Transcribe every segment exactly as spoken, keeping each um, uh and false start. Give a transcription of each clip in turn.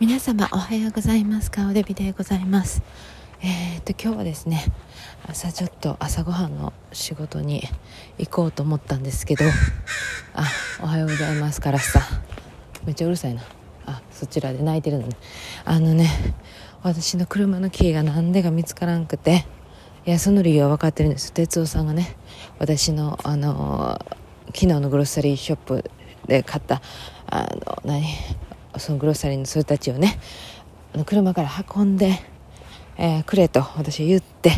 皆様おはようございます。顔デビでございます。えー、っと今日はですね、朝ちょっと朝ごはんの仕事に行こうと思ったんですけど、あ、おはようございます。カラスさん、めっちゃうるさいな。あ、そちらで泣いてるのね。あのね、私の車のキーがなんでか見つからんくて、いやその理由は分かってるんです。哲夫さんがね、私のあの昨日のグロッサリーショップで買ったあの何そのグロッサリーの人たちをね、車から運んで、えー、くれと私は言って、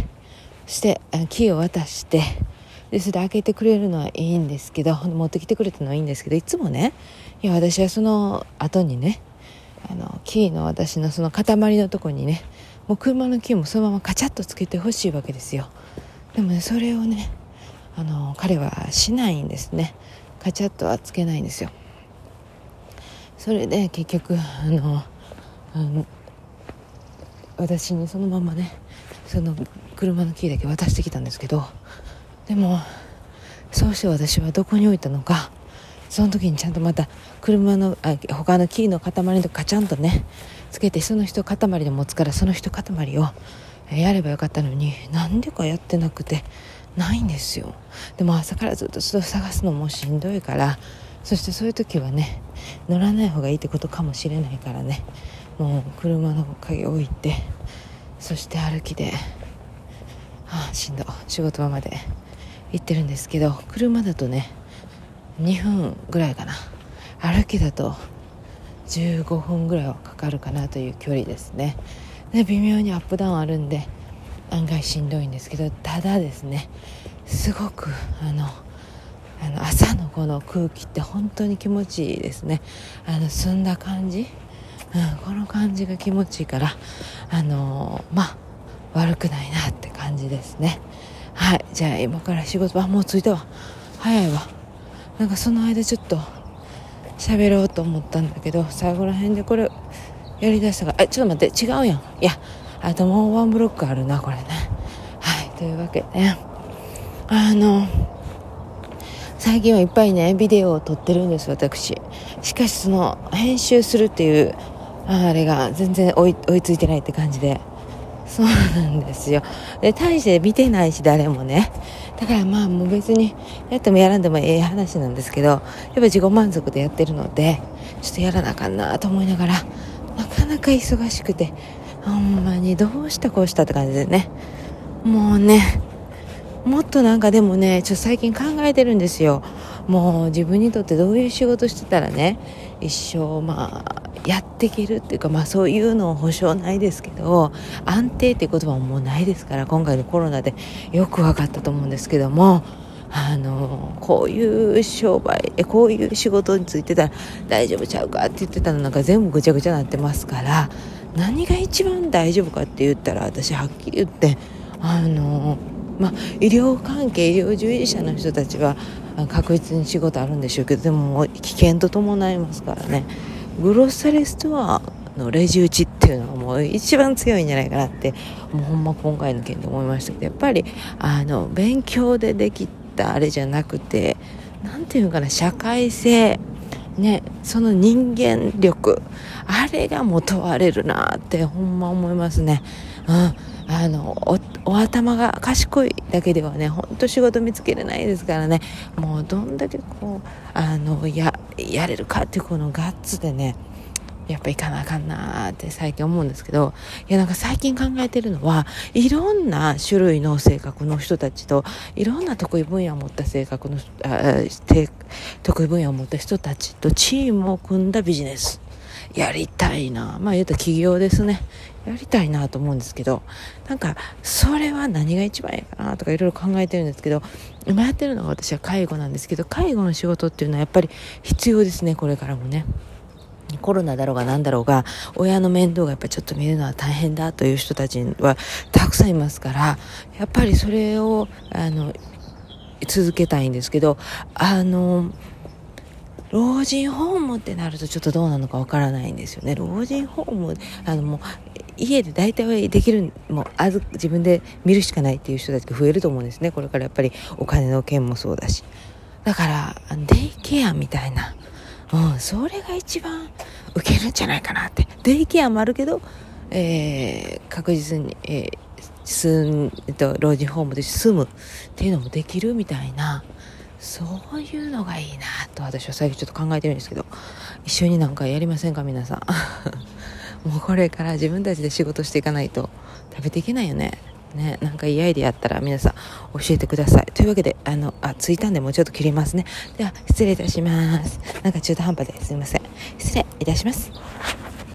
そしてキーを渡して、でそれで開けてくれるのはいいんですけど、持ってきてくれたのはいいんですけど、いつもね、いや私はその後にね、あのキーの私のその塊のとこにね、もう車のキーもそのままカチャッとつけてほしいわけですよ。でもね、それをね、あの彼はしないんですね。カチャッとはつけないんですよ。それで結局あのあの私にそのままね、その車のキーだけ渡してきたんですけど、でもそうして私はどこに置いたのか、その時にちゃんとまた車のあ他のキーの塊のとカチャンとねつけて、その人塊で持つから、その人塊をやればよかったのに、なんでかやってなくてないんですよ。でも朝からずっと探すのもしんどいから、そしてそういう時はね、乗らない方がいいってことかもしれないからね、もう車の鍵置いて、そして歩きで、はあ、しんど仕事場まで行ってるんですけど、車だとねにふんぐらいかな、歩きだとじゅうごふんぐらいはかかるかなという距離ですね。で微妙にアップダウンあるんで案外しんどいんですけど、ただですね、すごくあのあの朝のこの空気って本当に気持ちいいですね。あの澄んだ感じ、うん、この感じが気持ちいいから、あのー、まあ悪くないなって感じですね。はい、じゃあ今から仕事、あ、もう着いたわ、早いわ。なんかその間ちょっと喋ろうと思ったんだけど、最後ら辺でこれやりだしたから、あ、ちょっと待って、違うやん。いや、あともうワンブロックあるなこれね。はい、というわけで、あの最近はいっぱいねビデオを撮ってるんです私。しかしその編集するっていうあれが全然追い、追いついてないって感じで、そうなんですよ。で大して見てないし誰もね、だからまあもう別にやってもやらんでもええ話なんですけど、やっぱ自己満足でやってるので、ちょっとやらなあかんなと思いながら、なかなか忙しくて、ほんまにどうしたこうしたって感じでね、もうね、もっとなんかでもね、ちょっと最近考えてるんですよ。もう自分にとってどういう仕事してたらね、一生まあやっていけるっていうか、まあそういうの保証ないですけど、安定っていう言葉ももうないですから、今回のコロナでよく分かったと思うんですけども、あのこういう商売えこういう仕事についてたら大丈夫ちゃうかって言ってたのなんか全部ぐちゃぐちゃになってますから、何が一番大丈夫かって言ったら、私はっきり言ってあのまあ、医療関係医療従事者の人たちは確実に仕事あるんでしょうけど、でも危険と伴いますからね。グロッサリーストアのレジ打ちっていうのはもう一番強いんじゃないかなって、もうほんま今回の件で思いましたけど、やっぱりあの勉強でできたあれじゃなくて、なんていうかな、社会性ね、その人間力、あれがもう問われるなってほんま思いますね。うん、あの お, お頭が賢いだけではね、ほんと仕事見つけれないですからね。もうどんだけこうあの や, やれるかっていうこのガッツでね、やっぱいかなあかんなって最近思うんですけど、いやなんか最近考えてるのは、いろんな種類の性格の人たちと、いろんな得意分野を持った性格のあ得意分野を持った人たちとチームを組んだビジネスやりたいな。まあ言うと起業ですね。やりたいなと思うんですけど、なんかそれは何が一番いいかなとかいろいろ考えてるんですけど、今やってるのが私は介護なんですけど、介護の仕事っていうのはやっぱり必要ですね、これからもね。コロナだろうが何だろうが、親の面倒がやっぱりちょっと見るのは大変だという人たちはたくさんいますから、やっぱりそれをあの続けたいんですけど、あの老人ホームってなるとちょっとどうなのかわからないんですよね。老人ホーム、あのもう家で大体はできる、もうあず自分で見るしかないっていう人たちが増えると思うんですね。これからやっぱりお金の件もそうだし、だからデイケアみたいな、うん、それが一番受けるんじゃないかなって。 デイケアもあるけど、えー、確実に、えー住んえっと、老人ホームで住むっていうのもできるみたいな、そういうのがいいなと私は最近ちょっと考えてるんですけど、一緒になんかやりませんか皆さんもうこれから自分たちで仕事していかないと食べていけないよね。ね、なんかいいアイディアあったら皆さん教えてください。というわけで、あのあついたんでもうちょっと切りますね。では失礼いたします。なんか中途半端ですいません。失礼いたします。